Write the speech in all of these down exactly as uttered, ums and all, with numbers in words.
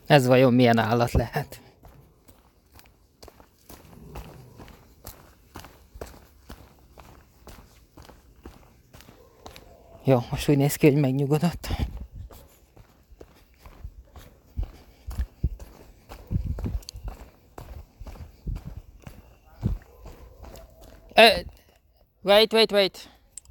Ez vajon milyen állat lehet? Jó, most úgy néz ki, hogy megnyugodott. Uh, wait, wait, wait.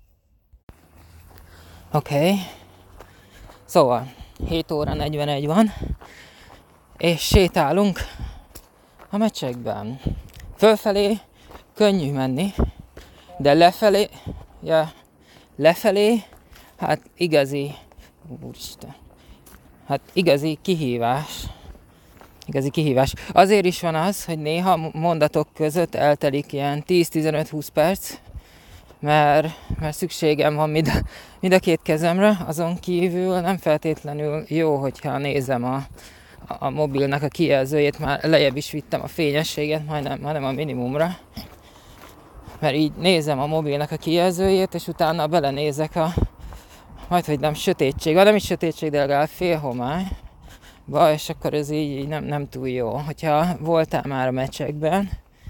Oké. Okay. Szóval, hét óra negyvenegy van, és sétálunk a mecsekben. Fölfelé könnyű menni, de lefelé, ja, lefelé, hát igazi, úristen, hát igazi kihívás. Igazi kihívás. Azért is van az, hogy néha mondatok között eltelik ilyen tíz-tizenöt-húsz perc, mert, mert szükségem van mind a, mind a két kezemre, azon kívül nem feltétlenül jó, hogyha nézem a, a mobilnak a kijelzőjét, már lejjebb is vittem a fényességet, majdnem, majdnem a minimumra, mert így nézem a mobilnak a kijelzőjét, és utána belenézek a, majd hogy nem sötétség, vagy nem is sötétség, de legalább félhomály, ba, és akkor ez így, így nem, nem túl jó. Hogyha voltál már a meccsekben,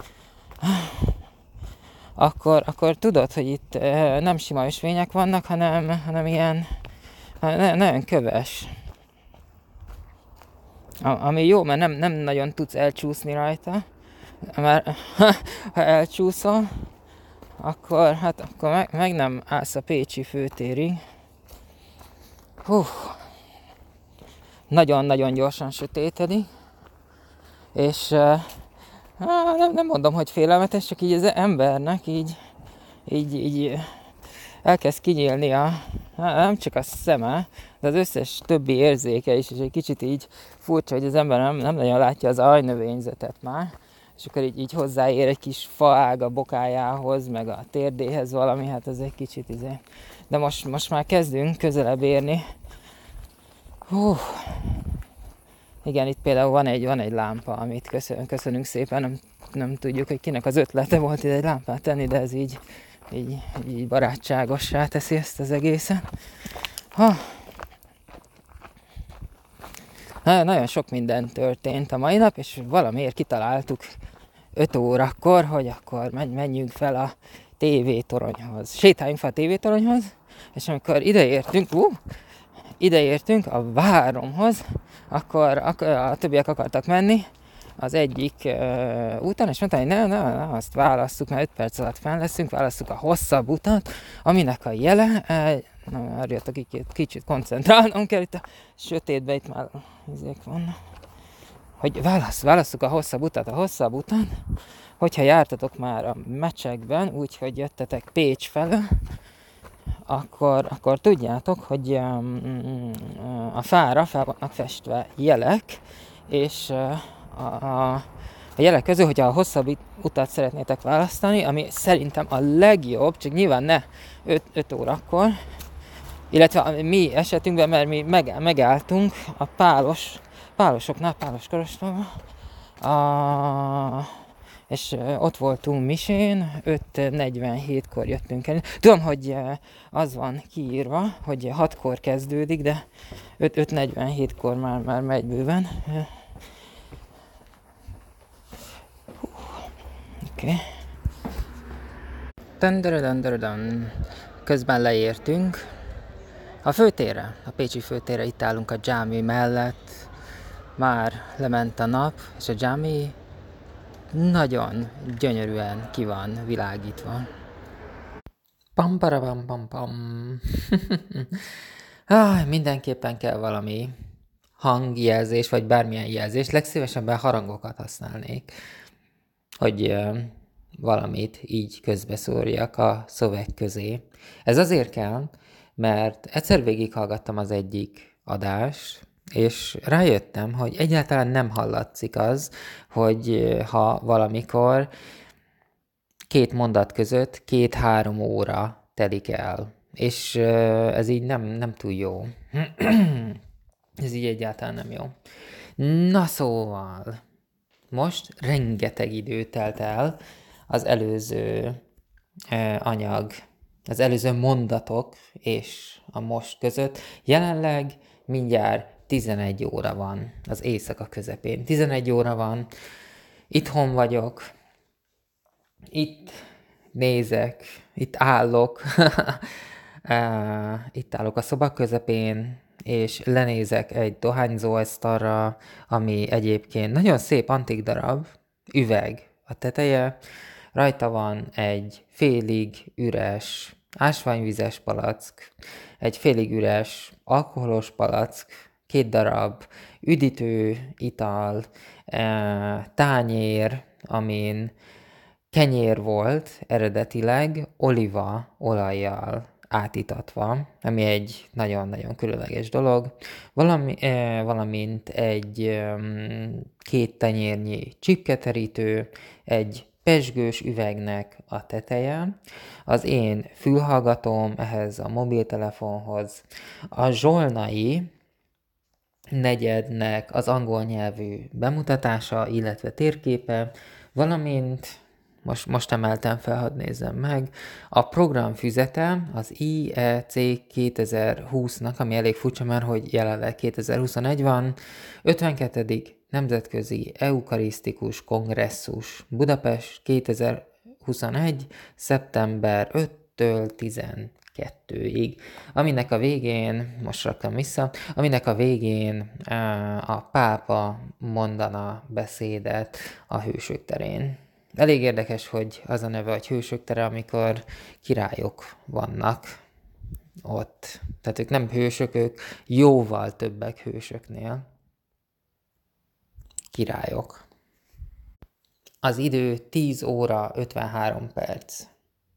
akkor, akkor tudod, hogy itt nem sima ösvények vannak, hanem, hanem ilyen nagyon köves. Ami jó, mert nem, nem nagyon tudsz elcsúszni rajta, mert ha elcsúszol, akkor, hát, akkor meg, meg nem állsz a pécsi főtérig. Hú. Nagyon-nagyon gyorsan sötétedik, és uh, nem, nem mondom, hogy félelmetes, csak így az embernek így, így, így elkezd kinyílni a, nem csak a szeme, de az összes többi érzéke is, és egy kicsit így furcsa, hogy az ember nem, nem nagyon látja az ajnövényzetet már, és akkor így, így hozzáér egy kis faág a bokájához, meg a térdéhez valami, hát ez egy kicsit izé. De most, most már kezdünk közelebb érni. Hú. Igen, itt például van egy, van egy lámpa, amit köszön, köszönünk szépen, nem, nem tudjuk, hogy kinek az ötlete volt ide egy lámpát tenni, de ez így, így, így barátságossá teszi ezt az egészet. Ha. Nagyon sok minden történt a mai nap, és valamiért kitaláltuk öt órakor, hogy akkor menjünk fel a tévétoronyhoz. Sétáljunk fel a tévétoronyhoz, és amikor ideértünk, uh, ideértünk a váromhoz, akkor, akkor a többiek akartak menni az egyik uh, úton, és mondtam, hogy ne, ne, ne, azt válasszuk, mert öt perc alatt fenn leszünk, válasszuk a hosszabb utat, aminek a jele, uh, na már jött, akik kicsit koncentrálnom kell, itt a sötétben itt már izék vannak, hogy válasz, válasszuk a hosszabb utat, a hosszabb utat, hogyha jártatok már a mecsekben, úgyhogy jöttetek Pécs felől, Akkor, akkor tudjátok, hogy um, a fára fel vannak festve jelek, és uh, a, a, a jelek közül, hogyha a hosszabb utat szeretnétek választani, ami szerintem a legjobb, csak nyilván ne öt órakor, illetve a mi esetünkben, mert mi meg, megálltunk a pálos, pálosoknál, pálos korostorban, a... és ott voltunk misén, öt negyvenhétkor jöttünk el. Tudom, hogy az van kiírva, hogy hatkor kezdődik, de öt negyvenhétkor már, már megy bőven. Oké. Okay. Közben leértünk a főtérre, a pécsi főtérre, itt állunk a dzsámi mellett. Már lement a nap, és a dzsámi nagyon gyönyörűen ki van világítva. Pam pam pam pam. ah, mindenképpen kell valami hangjelzés, vagy bármilyen jelzés. Legszívesebben harangokat használnék, hogy uh, valamit így közbeszórjak a szöveg közé. Ez azért kell, mert egyszer végighallgattam az egyik adást, és rájöttem, hogy egyáltalán nem hallatszik az, hogy ha valamikor két mondat között két-három óra telik el. És ez így nem, nem túl jó. Ez így egyáltalán nem jó. Na szóval, most rengeteg idő telt el az előző anyag, az előző mondatok és a most között. Jelenleg mindjárt tizenegy óra van az éjszaka közepén. tizenegy óra van, itthon vagyok, itt nézek, itt állok, itt állok a szoba közepén, és lenézek egy dohányzó asztalra, ami egyébként nagyon szép antik darab, üveg a teteje, rajta van egy félig üres ásványvizes palack, egy félig üres alkoholos palack, két darab üdítő ital, tányér, amin kenyér volt eredetileg oliva olajjal átítatva, ami egy nagyon-nagyon különleges dolog, Valami, eh, valamint egy um, két tenyérnyi csipketerítő, egy pezsgős üvegnek a teteje, az én fülhallgatóm ehhez a mobiltelefonhoz, a zsolnai negyednek az angol nyelvű bemutatása, illetve térképe, valamint most, most emeltem fel, hadd nézzem meg, a program füzete az I E C kétezer-húsznak, ami elég furcsa, mert hogy jelenleg kétezer-huszonegy van, ötvenkettedik Nemzetközi Eukarisztikus Kongresszus Budapest kétezer-huszonegy. szeptember ötödikétől tizenkettőig, aminek a végén, most raktam vissza, aminek a végén a pápa mondana beszédet a Hősök terén. Elég érdekes, hogy az a neve, hogy Hősök tere, amikor királyok vannak ott. Tehát ők nem hősök, ők jóval többek hősöknél. Királyok. Az idő tíz óra ötvenhárom perc.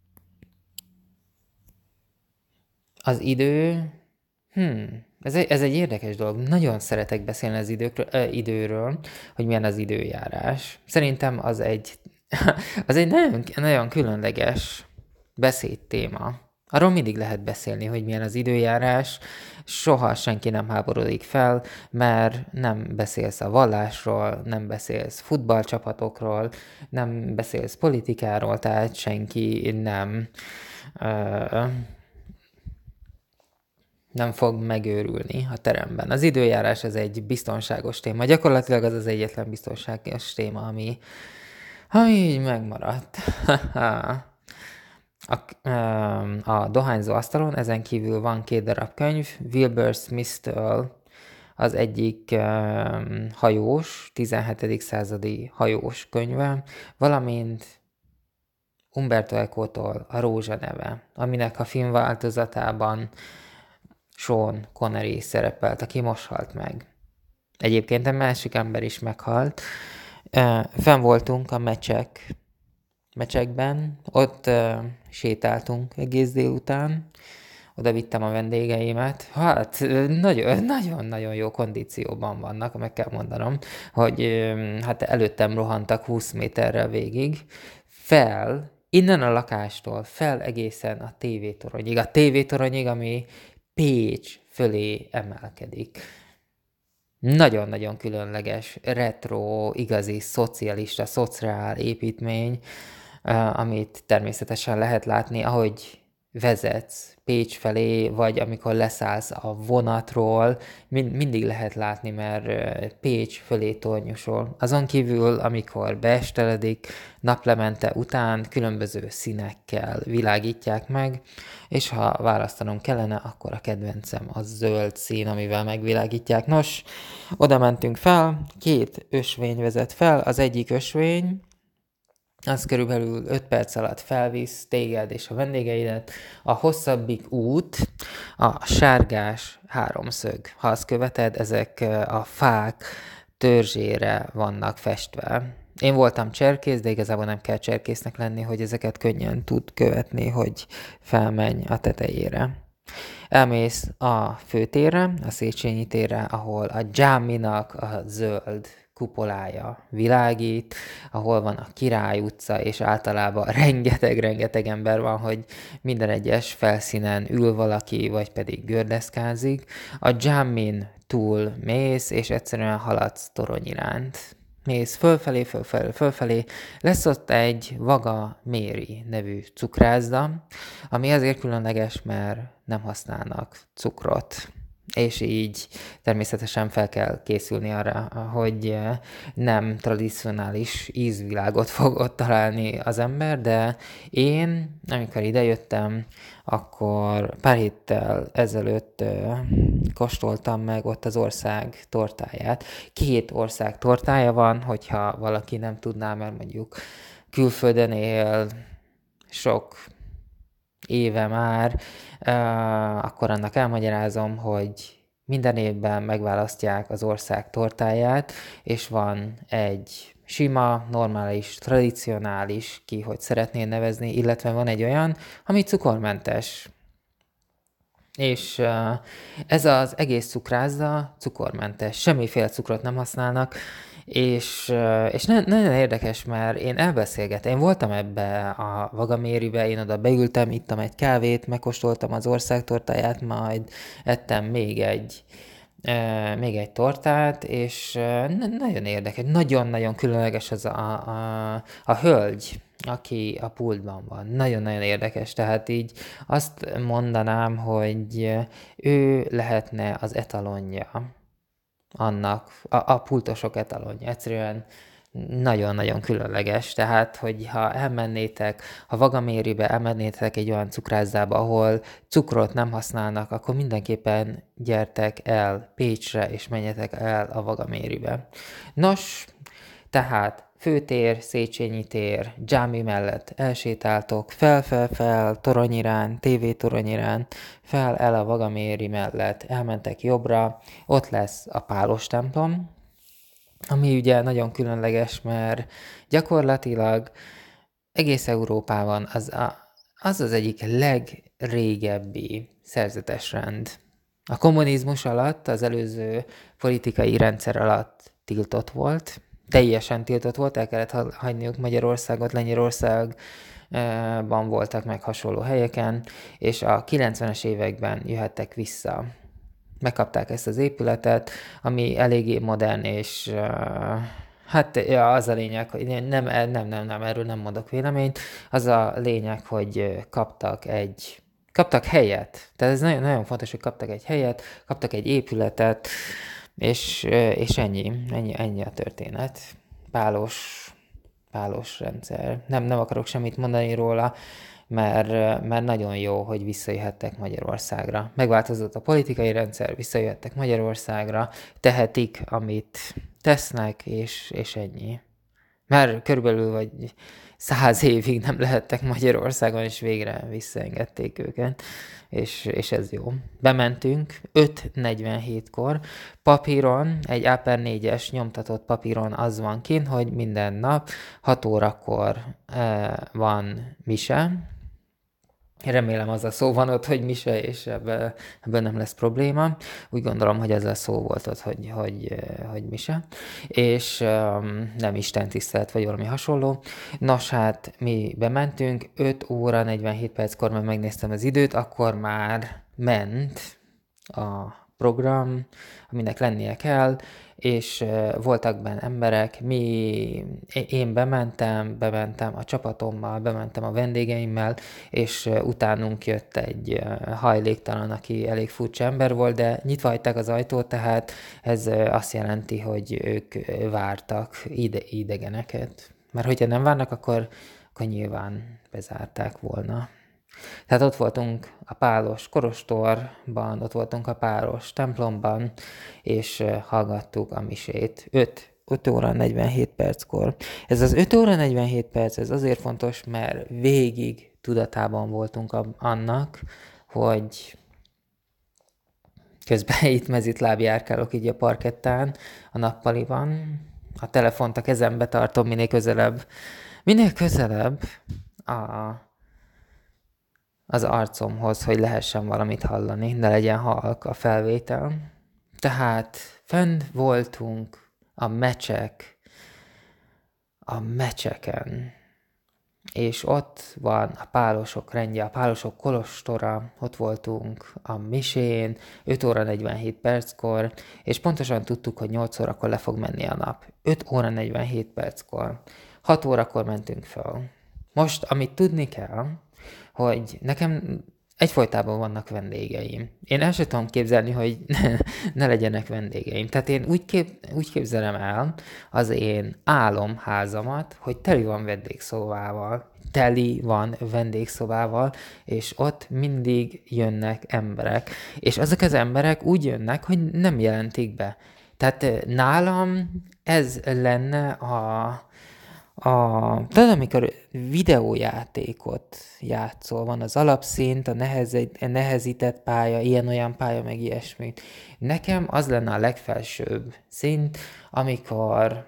Az idő... Hmm, ez egy, ez egy érdekes dolog. Nagyon szeretek beszélni az időkről, ö, időről, hogy milyen az időjárás. Szerintem az egy, az egy nagyon, nagyon különleges beszédtéma. Arról mindig lehet beszélni, hogy milyen az időjárás, soha senki nem háborodik fel, mert nem beszélsz a vallásról, nem beszélsz futballcsapatokról, nem beszélsz politikáról, tehát senki nem... Ö, nem fog megőrülni a teremben. Az időjárás az egy biztonságos téma. Gyakorlatilag az az egyetlen biztonságos téma, ami, ami így megmaradt. a, a dohányzó asztalon ezen kívül van két darab könyv, Wilbur Smith-től az egyik um, hajós, tizenhetedik századi hajós könyve, valamint Umberto Eco-tól a Rózsa neve, aminek a film változatában Sean Connery szerepelt, aki most halt meg. Egyébként egy másik ember is meghalt. Uh, fenn voltunk a mecsek, mecsekben, ott uh, sétáltunk egész délután, oda vittem a vendégeimet. Hát nagyon-nagyon jó kondícióban vannak, meg kell mondanom, hogy uh, hát előttem rohantak húsz méterrel végig. Fel, innen a lakástól, fel egészen a tévétoronyig. A tévétoronyig, ami Pécs fölé emelkedik. Nagyon-nagyon különleges, retro, igazi, szocialista, szociál építmény, amit természetesen lehet látni, ahogy vezetsz Pécs felé, vagy amikor leszállsz a vonatról, mind, mindig lehet látni, mert Pécs fölé tornyosol. Azon kívül, amikor beesteledik, naplemente után különböző színekkel világítják meg, és ha választanom kellene, akkor a kedvencem a zöld szín, amivel megvilágítják. Nos, oda mentünk fel, két ösvény vezet fel, az egyik ösvény, az körülbelül öt perc alatt felvisz téged és a vendégeidet. A hosszabbik út a sárgás háromszög. Ha azt követed, ezek a fák törzsére vannak festve. Én voltam cserkész, de igazából nem kell cserkésznek lenni, hogy ezeket könnyen tud követni, hogy felmenj a tetejére. Elmész a főtérre, a Széchenyi térre, ahol a dzsáminak a zöld kupolája világít, ahol van a Király utca, és általában rengeteg-rengeteg ember van, hogy minden egyes felszínen ül valaki, vagy pedig gördeszkázik. A dzsámin túl mész, és egyszerűen haladsz torony iránt. Mész fölfelé, fölfelé, fölfelé, lesz ott egy Vaga Méri nevű cukrászda, ami azért különleges, mert nem használnak cukrot. és így természetesen fel kell készülni arra, hogy nem tradicionális ízvilágot fog ott találni az ember, de én, amikor idejöttem, akkor pár héttel ezelőtt kóstoltam meg ott az ország tortáját. Két ország tortája van, hogyha valaki nem tudná, mert mondjuk külföldön él, sok éve már, akkor annak elmagyarázom, hogy minden évben megválasztják az ország tortáját, és van egy sima, normális, tradicionális, ki hogy szeretnél nevezni, illetve van egy olyan, ami cukormentes. És ez az egész cukrászda cukormentes, semmiféle cukrot nem használnak, és, és nagyon érdekes, mert én elbeszélgettem, én voltam ebbe a Vagaméribe, én oda beültem, ittam egy kávét, megkóstoltam az országtortáját, majd ettem még egy, még egy tortát, és nagyon érdekes, nagyon-nagyon különleges az a, a, a hölgy, aki a pultban van. Nagyon-nagyon érdekes, tehát így azt mondanám, hogy ő lehetne az etalonja annak, a, a pultosok etalonja. Egyszerűen nagyon-nagyon különleges, tehát, hogy ha elmennétek, ha Vagaméribe elmennétek egy olyan cukrászdába, ahol cukrot nem használnak, akkor mindenképpen gyertek el Pécsre, és menjetek el a Vagaméribe. Nos, tehát Főtér, Széchenyi tér, Dzsámi mellett elsétáltok, fel-fel-fel, torony irány, tévétorony irány, fel el a Vagaméri mellett, elmentek jobbra, ott lesz a Pálos templom, ami ugye nagyon különleges, mert gyakorlatilag egész Európában az a, az, az egyik legrégebbi szerzetes rend. A kommunizmus alatt, az előző politikai rendszer alatt tiltott volt, teljesen tiltott volt, el kellett hagyniuk Magyarországot, Lengyelországban voltak meg hasonló helyeken, és a kilencvenes években jöhettek vissza. Megkapták ezt az épületet, ami eléggé modern, és hát ja, az a lényeg, hogy nem, nem, nem, nem, erről nem mondok véleményt, az a lényeg, hogy kaptak egy kaptak helyet. Tehát ez nagyon, nagyon fontos, hogy kaptak egy helyet, kaptak egy épületet, És, és ennyi, ennyi, ennyi a történet. Pálos, pálos rendszer. Nem, nem akarok semmit mondani róla, mert, mert nagyon jó, hogy visszajöhettek Magyarországra. Megváltozott a politikai rendszer, visszajöhettek Magyarországra, tehetik, amit tesznek, és, és ennyi. Már körülbelül vagy száz évig nem lehettek Magyarországon, és végre visszaengedték őket, és, és ez jó. Bementünk öt negyvenhétkor, papíron, egy á per négyes nyomtatott papíron az van kint, hogy minden nap hat órakor e, van mise. Remélem az a szó van ott, hogy mise, és ebből, ebből nem lesz probléma. Úgy gondolom, hogy ez a szó volt ott, hogy, hogy, hogy mise. És um, nem Isten tisztelet, vagy valami hasonló. Nos, hát mi bementünk, öt óra negyvenhét perckor, mert megnéztem az időt, akkor már ment a program, aminek lennie kell, és uh, voltak benne emberek, mi, én bementem, bementem a csapatommal, bementem a vendégeimmel, és uh, utánunk jött egy uh, hajléktalan, aki elég furcsa ember volt, de nyitva hagyták az ajtót, tehát ez uh, azt jelenti, hogy ők vártak ide, idegeneket. Mert hogyha nem várnak, akkor, akkor nyilván bezárták volna. Tehát ott voltunk a Pálos Kolostorban, ott voltunk a Pálos templomban, és hallgattuk a misét. öt óra negyvenhét perckor. Ez az öt óra negyvenhét perc, ez azért fontos, mert végig tudatában voltunk annak, hogy közben itt mezitláb járkálok így a parkettán, a nappaliban, a telefont a kezembe tartom minél közelebb, minél közelebb a az arcomhoz, hogy lehessen valamit hallani, ne legyen halk a felvétel. Tehát fenn voltunk a mecsek, a mecseken, és ott van a Pálosok rendje, a Pálosok kolostora, ott voltunk a misén, öt óra negyvenhét perckor, és pontosan tudtuk, hogy nyolc órakor le fog menni a nap. öt óra negyvenhét perckor. hat órakor mentünk föl. Most, amit tudni kell, hogy nekem egyfolytában vannak vendégeim. Én el sem tudom képzelni, hogy ne, ne legyenek vendégeim. Tehát én úgy, kép, úgy képzelem el az én álomházamat, hogy teli van vendégszobával, teli van vendégszobával, és ott mindig jönnek emberek. És azok az emberek úgy jönnek, hogy nem jelentik be. Tehát nálam ez lenne a... A, tudod, amikor videójátékot játszol, van az alapszint, a, nehezít, a nehezített pálya, ilyen-olyan pálya, meg ilyesmi. Nekem az lenne a legfelsőbb szint, amikor,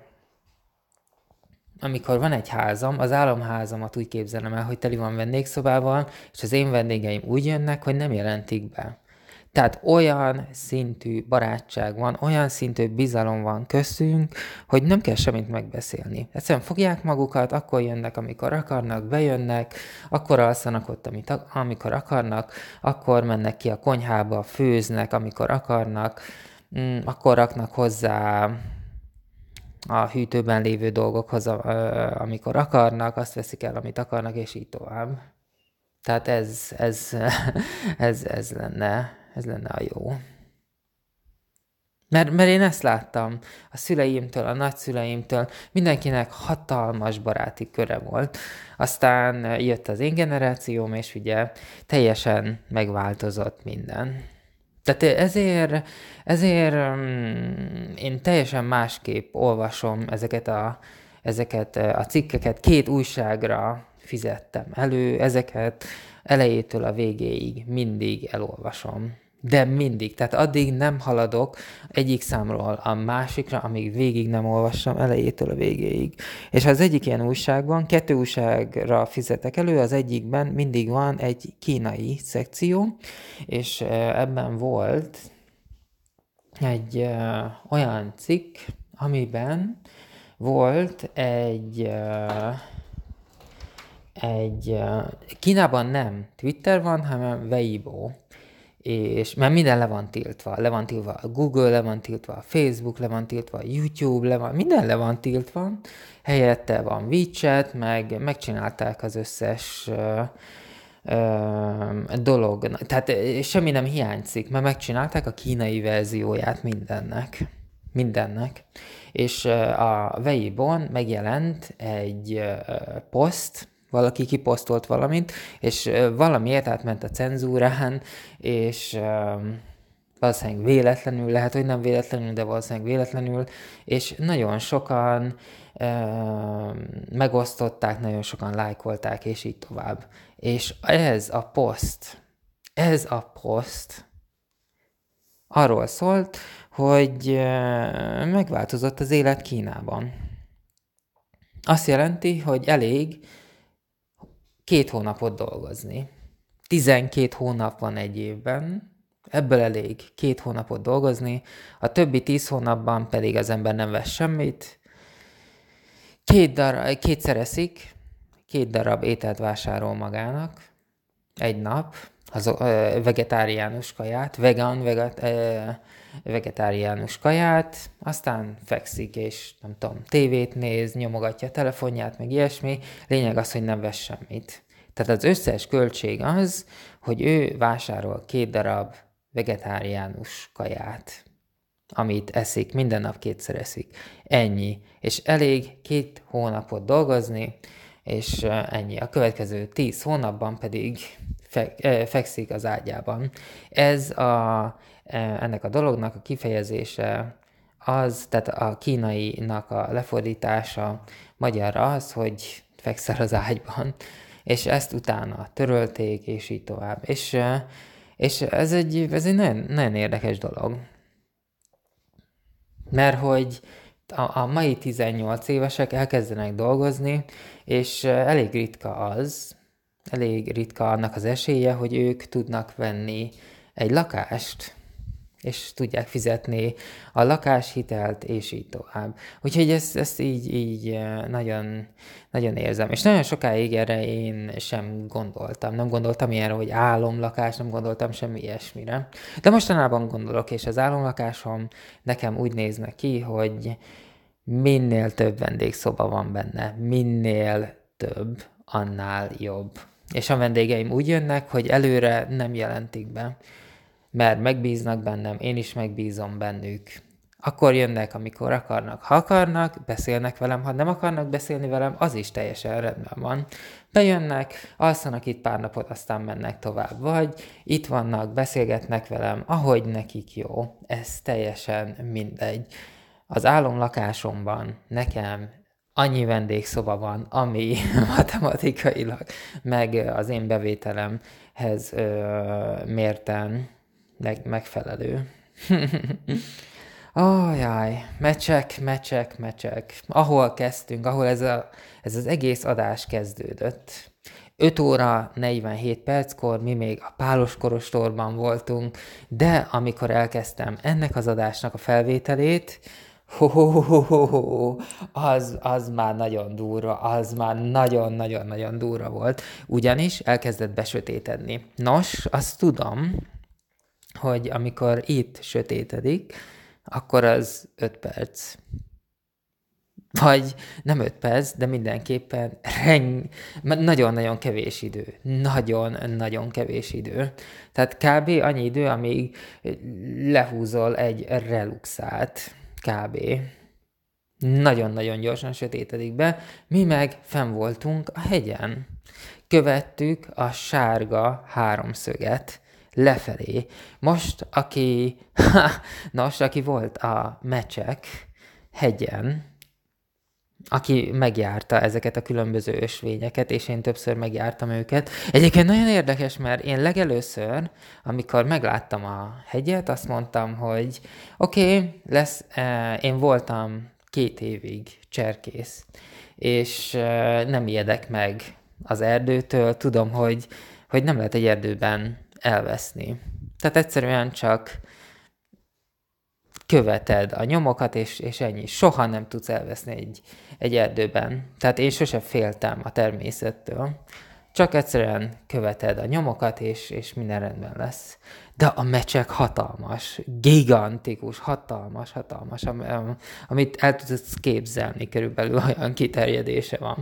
amikor van egy házam, az álomházamat úgy képzelem el, hogy teli van vendégszobával, és az én vendégeim úgy jönnek, hogy nem jelentik be. Tehát olyan szintű barátság van, olyan szintű bizalom van köztünk, hogy nem kell semmit megbeszélni. Egyszerűen fogják magukat, akkor jönnek, amikor akarnak, bejönnek, akkor alszanak ott, amit, amikor akarnak, akkor mennek ki a konyhába, főznek, amikor akarnak, akkor raknak hozzá a hűtőben lévő dolgokhoz, amikor akarnak, azt veszik el, amit akarnak, és így tovább. Tehát ez, ez, ez, ez lenne... Ez lenne a jó. Mert, mert én ezt láttam a szüleimtől, a nagyszüleimtől, mindenkinek hatalmas baráti köre volt. Aztán jött az én generációm, és ugye teljesen megváltozott minden. Tehát ezért, ezért um, én teljesen másképp olvasom ezeket a, ezeket a cikkeket, két újságra fizettem elő, ezeket elejétől a végéig mindig elolvasom. De mindig, tehát addig nem haladok egyik számról a másikra, amíg végig nem olvassam elejétől a végéig. És az egyik ilyen újságban, kettő újságra fizetek elő, az egyikben mindig van egy kínai szekció, és ebben volt egy uh, olyan cikk, amiben volt egy... Uh, egy uh, Kínában nem Twitter van, hanem Weibo. És mert minden le van tiltva. Le van tiltva a Google, le van tiltva a Facebook, le van tiltva a YouTube, le van, minden le van tiltva. Helyette van WeChat, meg megcsinálták az összes uh, uh, dolog. Tehát semmi nem hiányzik, mert megcsinálták a kínai verzióját mindennek. Mindennek. És uh, a Weibo-n megjelent egy uh, poszt, valaki kiposztolt valamit, és valamiért átment a cenzúrán, és um, valószínűleg véletlenül, lehet, hogy nem véletlenül, de valószínűleg véletlenül, és nagyon sokan um, megosztották, nagyon sokan lájkolták, és így tovább. És ez a poszt, ez a poszt arról szólt, hogy uh, megváltozott az élet Kínában. Azt jelenti, hogy elég két hónapot dolgozni. Tizenkét hónap van egy évben, ebből elég két hónapot dolgozni, a többi tíz hónapban pedig az ember nem vesz semmit. Két darab, kétszer eszik, két darab ételt vásárol magának, egy nap, az vegetáriánus kaját, vegan, veget, vegetáriánus kaját, aztán fekszik, és nem tudom, tévét néz, nyomogatja a telefonját, meg ilyesmi. Lényeg az, hogy nem vesz semmit. Tehát az összes költség az, hogy ő vásárol két darab vegetáriánus kaját, amit eszik, minden nap kétszer eszik. Ennyi. És elég két hónapot dolgozni, és ennyi. A következő tíz hónapban pedig fekszik az ágyában. Ez a, ennek a dolognak a kifejezése az, tehát a kínainak a lefordítása magyarra az, hogy fekszel az ágyban, és ezt utána törölték, és így tovább. És, és ez egy, ez egy nagyon, nagyon érdekes dolog. Mert hogy a, a mai tizennyolc évesek elkezdenek dolgozni, és elég ritka az, elég ritka annak az esélye, hogy ők tudnak venni egy lakást, és tudják fizetni a lakáshitelt, és így tovább. Úgyhogy ezt, ezt így, így nagyon, nagyon érzem. És nagyon sokáig erre én sem gondoltam. Nem gondoltam ilyenre, hogy álomlakás, nem gondoltam semmi ilyesmire. De mostanában gondolok, és az álomlakásom nekem úgy néznek ki, hogy minél több vendégszoba van benne, minél több, annál jobb. És a vendégeim úgy jönnek, hogy előre nem jelentik be, mert megbíznak bennem, én is megbízom bennük. Akkor jönnek, amikor akarnak. Ha akarnak, beszélnek velem, ha nem akarnak beszélni velem, az is teljesen rendben van. Bejönnek, alszanak itt pár napot, aztán mennek tovább. Vagy itt vannak, beszélgetnek velem, ahogy nekik jó. Ez teljesen mindegy. Az álomlakásomban nekem annyi vendégszoba van, ami matematikailag, meg az én bevételemhez ö, mérten meg, megfelelő. Ajaj, mecsek, mecsek, mecsek. Ahol kezdtünk, ahol ez, a, ez az egész adás kezdődött. öt óra negyvenhét perckor mi még a Pálos Kolostorban voltunk, de amikor elkezdtem ennek az adásnak a felvételét, ho, ho, ho, ho, ho, az, az már nagyon durva, az már nagyon-nagyon-nagyon durva volt, ugyanis elkezdett besötétedni. Nos, azt tudom, hogy amikor itt sötétedik, akkor az öt perc. Vagy nem öt perc, de mindenképpen reng... nagyon-nagyon kevés idő. Nagyon-nagyon kevés idő. Tehát kb. Annyi idő, amíg lehúzol egy reluxát. Kb. Nagyon-nagyon gyorsan sötétedik be. Mi meg fenn voltunk a hegyen. Követtük a sárga háromszöget lefelé. Most, aki, nos, aki volt a Mecsek hegyen, aki megjárta ezeket a különböző ösvényeket, és én többször megjártam őket. Egyébként nagyon érdekes, mert én legelőször, amikor megláttam a hegyet, azt mondtam, hogy oké, okay, lesz, eh, én voltam két évig cserkész, és eh, nem ijedek meg az erdőtől, tudom, hogy, hogy nem lehet egy erdőben elveszni. Tehát egyszerűen csak követed a nyomokat, és, és ennyi. Soha nem tudsz elveszni egy, egy erdőben. Tehát én sose féltem a természettől. Csak egyszerűen követed a nyomokat, és, és minden rendben lesz. De a Mecsek hatalmas, gigantikus, hatalmas, hatalmas, amit el tudsz képzelni, körülbelül olyan kiterjedése van.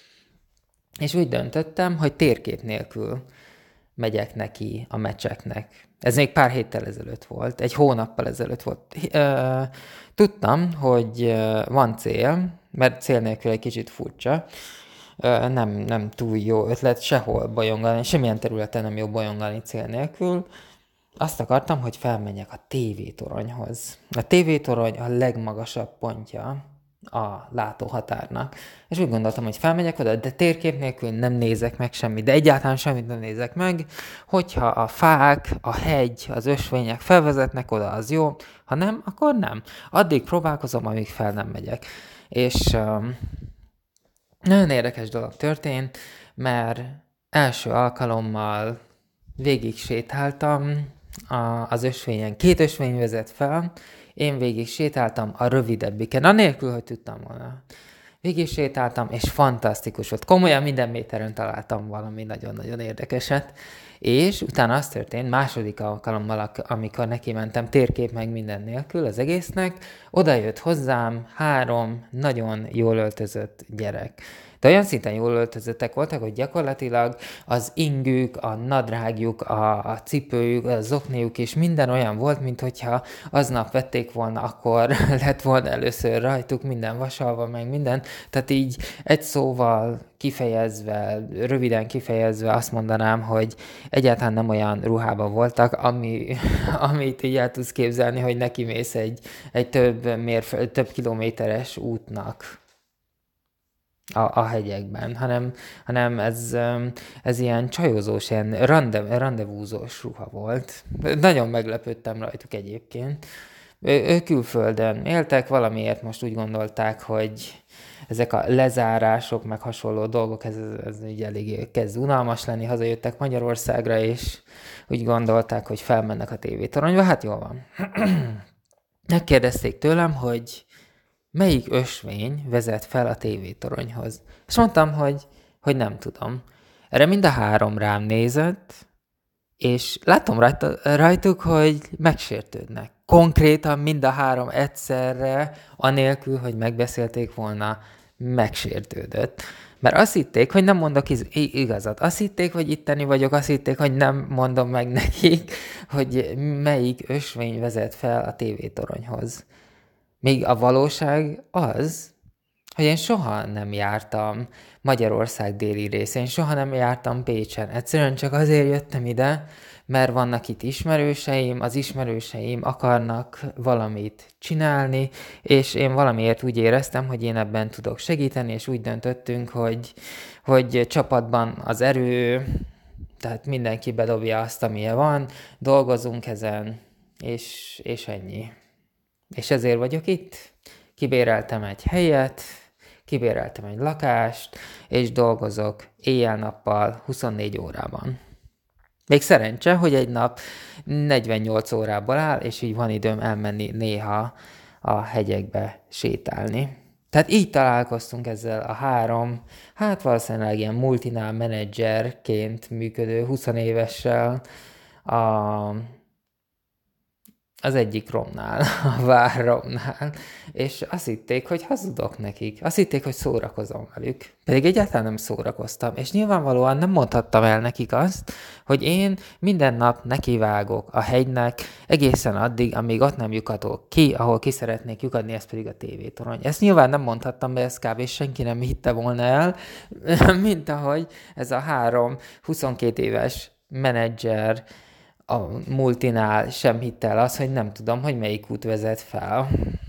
És úgy döntöttem, hogy térkép nélkül megyek neki a Mecseknek. Ez még pár héttel ezelőtt volt, egy hónappal ezelőtt volt. Tudtam, hogy van cél, mert cél nélkül egy kicsit furcsa, nem, nem túl jó ötlet sehol bolyongani, semmilyen területen nem jó bolyongani cél nélkül. Azt akartam, hogy felmenjek a tévétoronyhoz. A tévétorony a legmagasabb pontja a látóhatárnak. És úgy gondoltam, hogy felmegyek oda, de térkép nélkül nem nézek meg semmit, de egyáltalán semmit nem nézek meg. Hogyha a fák, a hegy, az ösvények felvezetnek oda, az jó, ha nem, akkor nem. Addig próbálkozom, amíg fel nem megyek. És um, nagyon érdekes dolog történt, mert első alkalommal végig sétáltam a, az ösvényen. Két ösvény vezet fel, én végig sétáltam a rövidebbiken, anélkül, hogy tudtam volna. Végig sétáltam, és fantasztikus volt. Komolyan minden méteren találtam valami nagyon-nagyon érdekeset. És utána az történt, második alkalommal, amikor neki mentem térkép meg minden nélkül az egésznek, oda jött hozzám három nagyon jól öltözött gyerek. De olyan szinten jól öltözöttek voltak, hogy gyakorlatilag az ingük, a nadrágjuk, a, a cipőjük, a zokniuk és minden olyan volt, mint hogyha aznap vették volna, akkor lett volna először rajtuk minden vasalva, meg minden. Tehát így egy szóval kifejezve, röviden kifejezve azt mondanám, hogy egyáltalán nem olyan ruhában voltak, ami, amit így el tudsz képzelni, hogy neki mész egy, egy több, mérf- több kilométeres útnak a, a hegyekben, hanem, hanem ez, ez ilyen csajozós, ilyen rande, randevúzós ruha volt. Nagyon meglepődtem rajtuk egyébként. Ők külföldön éltek, valamiért most úgy gondolták, hogy ezek a lezárások, meg hasonló dolgok, ez, ez így elég kezd unalmas lenni, hazajöttek Magyarországra, és úgy gondolták, hogy felmennek a tévétoronyba. Hát jól van. Megkérdezték tőlem, hogy melyik ösvény vezet fel a tévétoronyhoz. És mondtam, hogy, hogy nem tudom. Erre mind a három rám nézett, és látom rajta, rajtuk, hogy megsértődnek. Konkrétan mind a három egyszerre, anélkül, hogy megbeszélték volna, megsértődött. Mert azt hitték, hogy nem mondok igazat. Azt hitték, hogy itteni vagyok, azt hitték, hogy nem mondom meg nekik, hogy melyik ösvény vezet fel a tévétoronyhoz. Még a valóság az, hogy én soha nem jártam Magyarország déli részén, soha nem jártam Pécsen. Egyszerűen csak azért jöttem ide, mert vannak itt ismerőseim, az ismerőseim akarnak valamit csinálni, és én valamiért úgy éreztem, hogy én ebben tudok segíteni, és úgy döntöttünk, hogy, hogy csapatban az erő, tehát mindenki bedobja azt, amilyen van, dolgozunk ezen, és, és ennyi. És ezért vagyok itt. Kibéreltem egy helyet, kibéreltem egy lakást, és dolgozok éjjel-nappal huszonnégy órában. Még szerencse, hogy egy nap negyvennyolc órából áll, és így van időm elmenni néha a hegyekbe sétálni. Tehát így találkoztunk ezzel a három, hát valószínűleg ilyen multinál menedzserként működő húsz évessel a, az egyik romnál, a várromnál, és azt hitték, hogy hazudok nekik. Azt hitték, hogy szórakozom velük. Pedig egyáltalán nem szórakoztam, és nyilvánvalóan nem mondhattam el nekik azt, hogy én minden nap nekivágok a hegynek egészen addig, amíg ott nem lyukadok ki, ahol ki szeretnék lyukadni, ez pedig a tévétorony. Ezt nyilván nem mondhattam be, ezt kb. Senki nem hitte volna el, mint ahogy ez a három huszonkét éves menedzser a multinál sem hitte el az, hogy nem tudom, hogy melyik út vezet fel.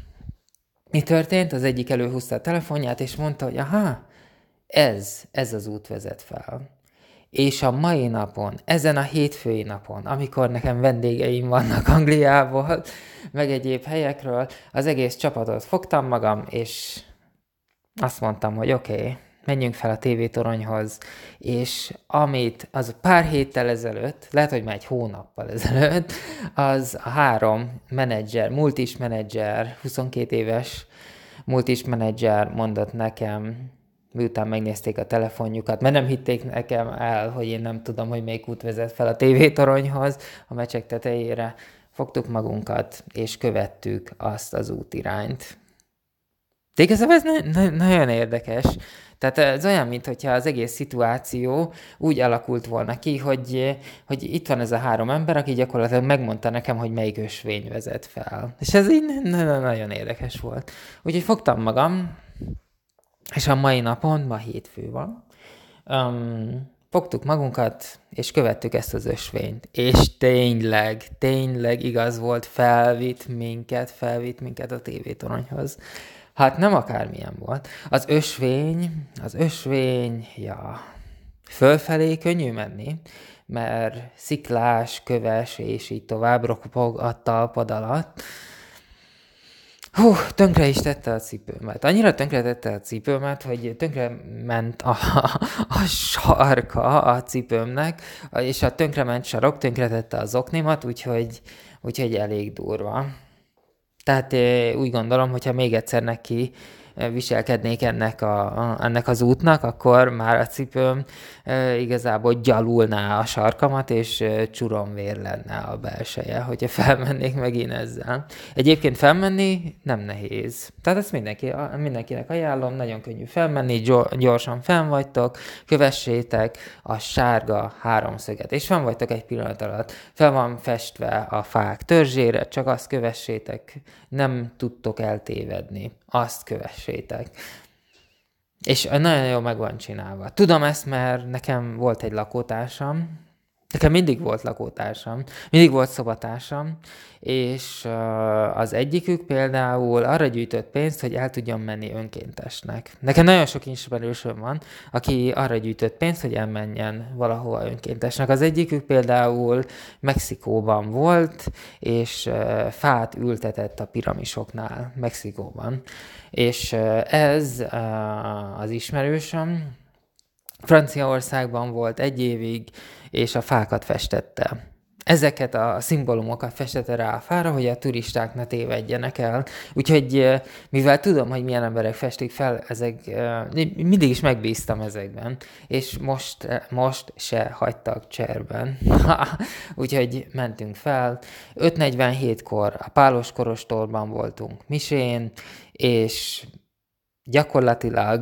Mi történt? Az egyik előhúzta a telefonját, és mondta, hogy aha, ez, ez az út vezet fel. És a mai napon, ezen a hétfői napon, amikor nekem vendégeim vannak Angliából, meg egyéb helyekről, az egész csapatot fogtam magam, és azt mondtam, hogy oké, okay, menjünk fel a tévétoronyhoz, és amit az pár héttel ezelőtt, lehet, hogy már egy hónappal ezelőtt, az a három menedzser, multis menedzser, huszonkét éves multis menedzser mondott nekem, miután megnézték a telefonjukat, mert nem hitték nekem el, hogy én nem tudom, hogy melyik út vezet fel a tévétoronyhoz, a meccsek tetejére. Fogtuk magunkat, és követtük azt az útirányt. De igazából ez na- na- nagyon érdekes. Tehát ez olyan, mintha az egész szituáció úgy alakult volna ki, hogy, hogy itt van ez a három ember, aki gyakorlatilag megmondta nekem, hogy melyik ösvény vezet fel. És ez így nagyon érdekes volt. Úgyhogy fogtam magam, és a mai napon, ma hétfő van, um, fogtuk magunkat, és követtük ezt az ösvényt. És tényleg, tényleg igaz volt, felvitt minket, felvitt minket a tévétoronyhoz. Hát nem akármilyen volt. Az ösvény, az ösvény, ja, fölfelé könnyű menni, mert sziklás, köves, és így tovább ropog a talpad alatt. Hú, tönkre is tette a cipőmet. Annyira tönkre tette a cipőmet, hogy tönkre ment a, a sarka a cipőmnek, és a tönkre ment sarok tönkre tette az oknimat, úgyhogy, úgyhogy elég durva. Tehát úgy gondolom, hogyha még egyszer neki viselkednék ennek, a, ennek az útnak, akkor már a cipőm e, igazából gyalulná a sarkamat, és e, csuromvér lenne a belseje, hogyha felmennék megint ezzel. Egyébként felmenni nem nehéz. Tehát ezt mindenki, mindenkinek ajánlom, nagyon könnyű felmenni, gyorsan fenn vagytok, kövessétek a sárga háromszöget, és fenn vagytok egy pillanat alatt. Fel van festve a fák törzsére, csak azt kövessétek, nem tudtok eltévedni. Azt kövessétek. És nagyon jól meg van csinálva. Tudom ezt, mert nekem volt egy lakótársam, nekem mindig volt lakótársam, mindig volt szobatársam, és uh, az egyikük például arra gyűjtött pénzt, hogy el tudjon menni önkéntesnek. Nekem nagyon sok ismerősöm van, aki arra gyűjtött pénzt, hogy elmenjen valahova önkéntesnek. Az egyikük például Mexikóban volt, és uh, fát ültetett a piramisoknál Mexikóban. És uh, ez uh, az ismerősöm Franciaországban volt egy évig, és a fákat festette. Ezeket a szimbólumokat festette rá a fára, hogy a turisták ne tévedjenek el. Úgyhogy mivel tudom, hogy milyen emberek festik fel, ezek, mindig is megbíztam ezekben, és most, most se hagytak cserben. Úgyhogy mentünk fel. öt negyvenhétkor a Pálos Kolostorban voltunk misén, és gyakorlatilag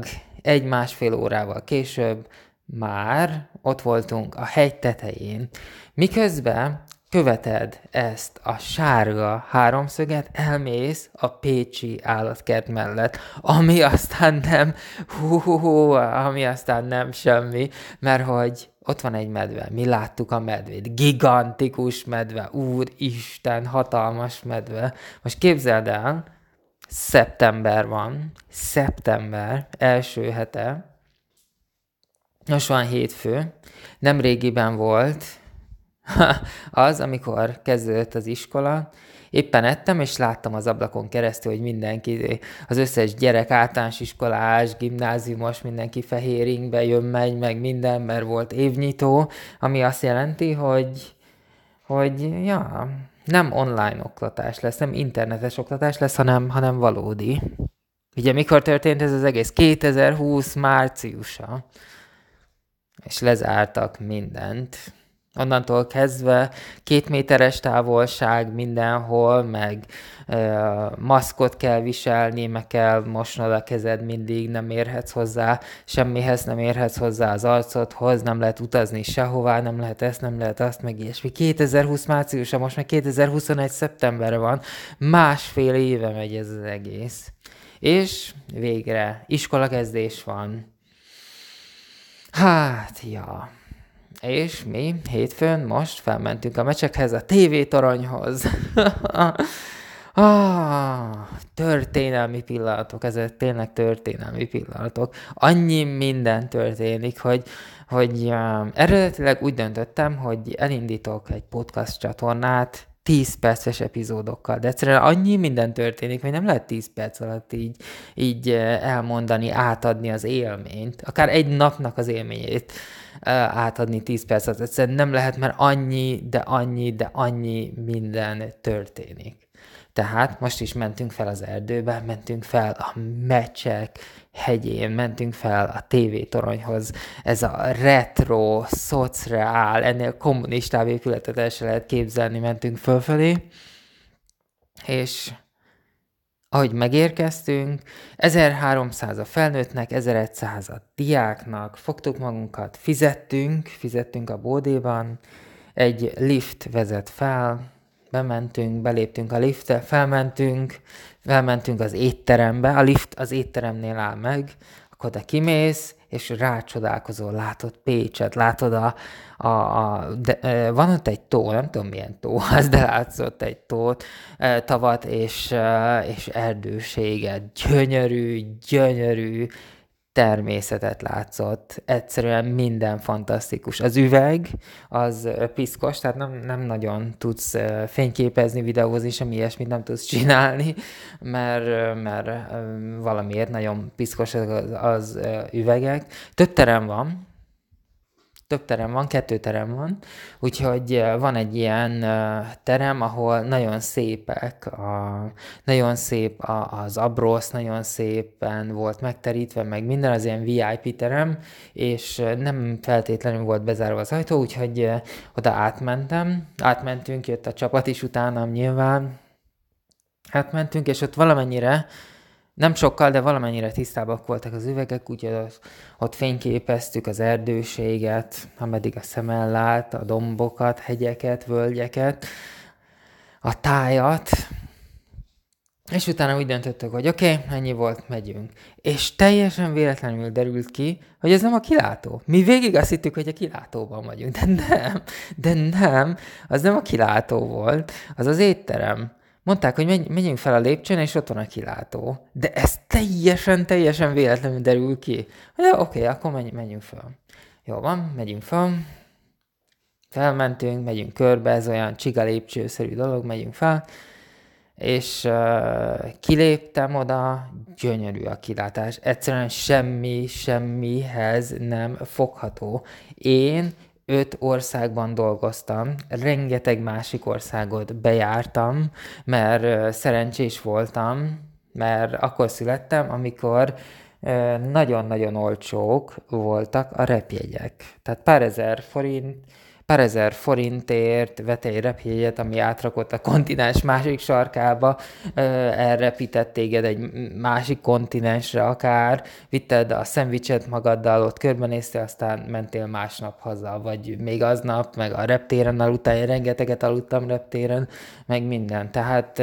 Egy-másfél órával később már ott voltunk a hegy tetején. Miközben követed ezt a sárga háromszöget, elmész a pécsi állatkert mellett, ami aztán nem, hú, hú, hú, ami aztán nem semmi, mert hogy ott van egy medve, mi láttuk a medvét, gigantikus medve, úristen, hatalmas medve. Most képzeld el, szeptember van, szeptember első hete, most van hétfő, nem régiben volt az, amikor kezdődött az iskola, éppen ettem, és láttam az ablakon keresztül, hogy mindenki, az összes gyerek, általános iskolás, gimnáziumos, mindenki fehér ingbe jön, megy, meg minden, mert volt évnyitó, ami azt jelenti, hogy, hogy ja, nem online oktatás lesz, nem internetes oktatás lesz, hanem, hanem valódi. Ugye mikor történt ez az egész? kétezer-húsz márciusa. És lezártak mindent. Onnantól kezdve két méteres távolság mindenhol, meg ö, maszkot kell viselni, meg kell mosnod a kezed mindig, nem érhetsz hozzá, semmihez nem érhetsz hozzá az arcodhoz, nem lehet utazni sehová, nem lehet ezt, nem lehet azt, meg ilyesmi. kétezer-húsz márciusa, most meg kétezer-huszonegy szeptemberre van, másfél éve megy ez az egész. És végre iskolakezdés van. Hát, ja. És mi hétfőn most felmentünk a meccsekhez, a tévétoronyhoz. ah, történelmi pillanatok, ezek tényleg történelmi pillanatok. Annyi minden történik, hogy, hogy um, eredetileg úgy döntöttem, hogy elindítok egy podcast csatornát, tíz perces epizódokkal, de egyszerűen annyi minden történik, hogy nem lehet tíz perc alatt így, így elmondani, átadni az élményt, akár egy napnak az élményét átadni tíz perc alatt. Egyszerűen nem lehet, mert annyi, de annyi, de annyi minden történik. Tehát most is mentünk fel az erdőbe, mentünk fel a meccsek hegyén, mentünk fel a tévétoronyhoz. Ez a retro, szocreál, ennél kommunistább épületet el se lehet képzelni, mentünk fölfelé. És ahogy megérkeztünk, ezerháromszáz a felnőttnek, ezerszáz a diáknak, fogtuk magunkat, fizettünk, fizettünk a bódéban, egy lift vezet fel, bementünk, beléptünk a liftre, felmentünk, felmentünk az étterembe, a lift az étteremnél áll meg, akkor te kimész, és rácsodálkozol, látod Pécset, látod a, a, a de, van ott egy tó, nem tudom milyen tó az, de látszott egy tót, tavat és, és erdőséget, gyönyörű, gyönyörű természetet látszott, egyszerűen minden fantasztikus. Az üveg, az piszkos, tehát nem, nem nagyon tudsz fényképezni, videózni, semmi ilyesmit nem tudsz csinálni, mert, mert valamiért nagyon piszkos az, az üvegek. Több terem van, több terem van, kettő terem van, úgyhogy van egy ilyen terem, ahol nagyon szépek, a, nagyon szép az abrosz, nagyon szépen volt megterítve, meg minden az ilyen vé i pé terem, és nem feltétlenül volt bezárva az ajtó, úgyhogy oda átmentem, átmentünk, jött a csapat is utánam nyilván, átmentünk, és ott valamennyire nem sokkal, de valamennyire tisztábbak voltak az üvegek, úgyhogy ott fényképeztük az erdőséget, ameddig a szemmel lát, a dombokat, hegyeket, völgyeket, a tájat, és utána úgy döntöttük, hogy oké, okay, ennyi volt, megyünk. És teljesen véletlenül derült ki, hogy ez nem a kilátó. Mi végig azt hittük, hogy a kilátóban vagyunk, de nem, de nem, az nem a kilátó volt, az az étterem. Mondták, hogy menjünk fel a lépcsőn, és ott van a kilátó. De ez teljesen, teljesen véletlenül derül ki. De oké, okay, akkor menj, menjünk fel. Jó van, megyünk fel. Felmentünk, megyünk körbe, ez olyan csiga lépcsőszerű dolog, megyünk fel. És uh, kiléptem oda, gyönyörű a kilátás. Egyszerűen semmi, semmihez nem fogható. Én öt országban dolgoztam, rengeteg másik országot bejártam, mert szerencsés voltam, mert akkor születtem, amikor nagyon-nagyon olcsók voltak a repjegyek. Tehát pár ezer forint, pár ezer forintért vett egy repjegyet, ami átrakott a kontinens másik sarkába, elrepített téged egy másik kontinensre akár, vitted a szendvicset magaddal, ott körbenéztél, aztán mentél másnap haza, vagy még aznap, meg a reptéren aludtál, én rengeteget aludtam reptéren, meg minden. Tehát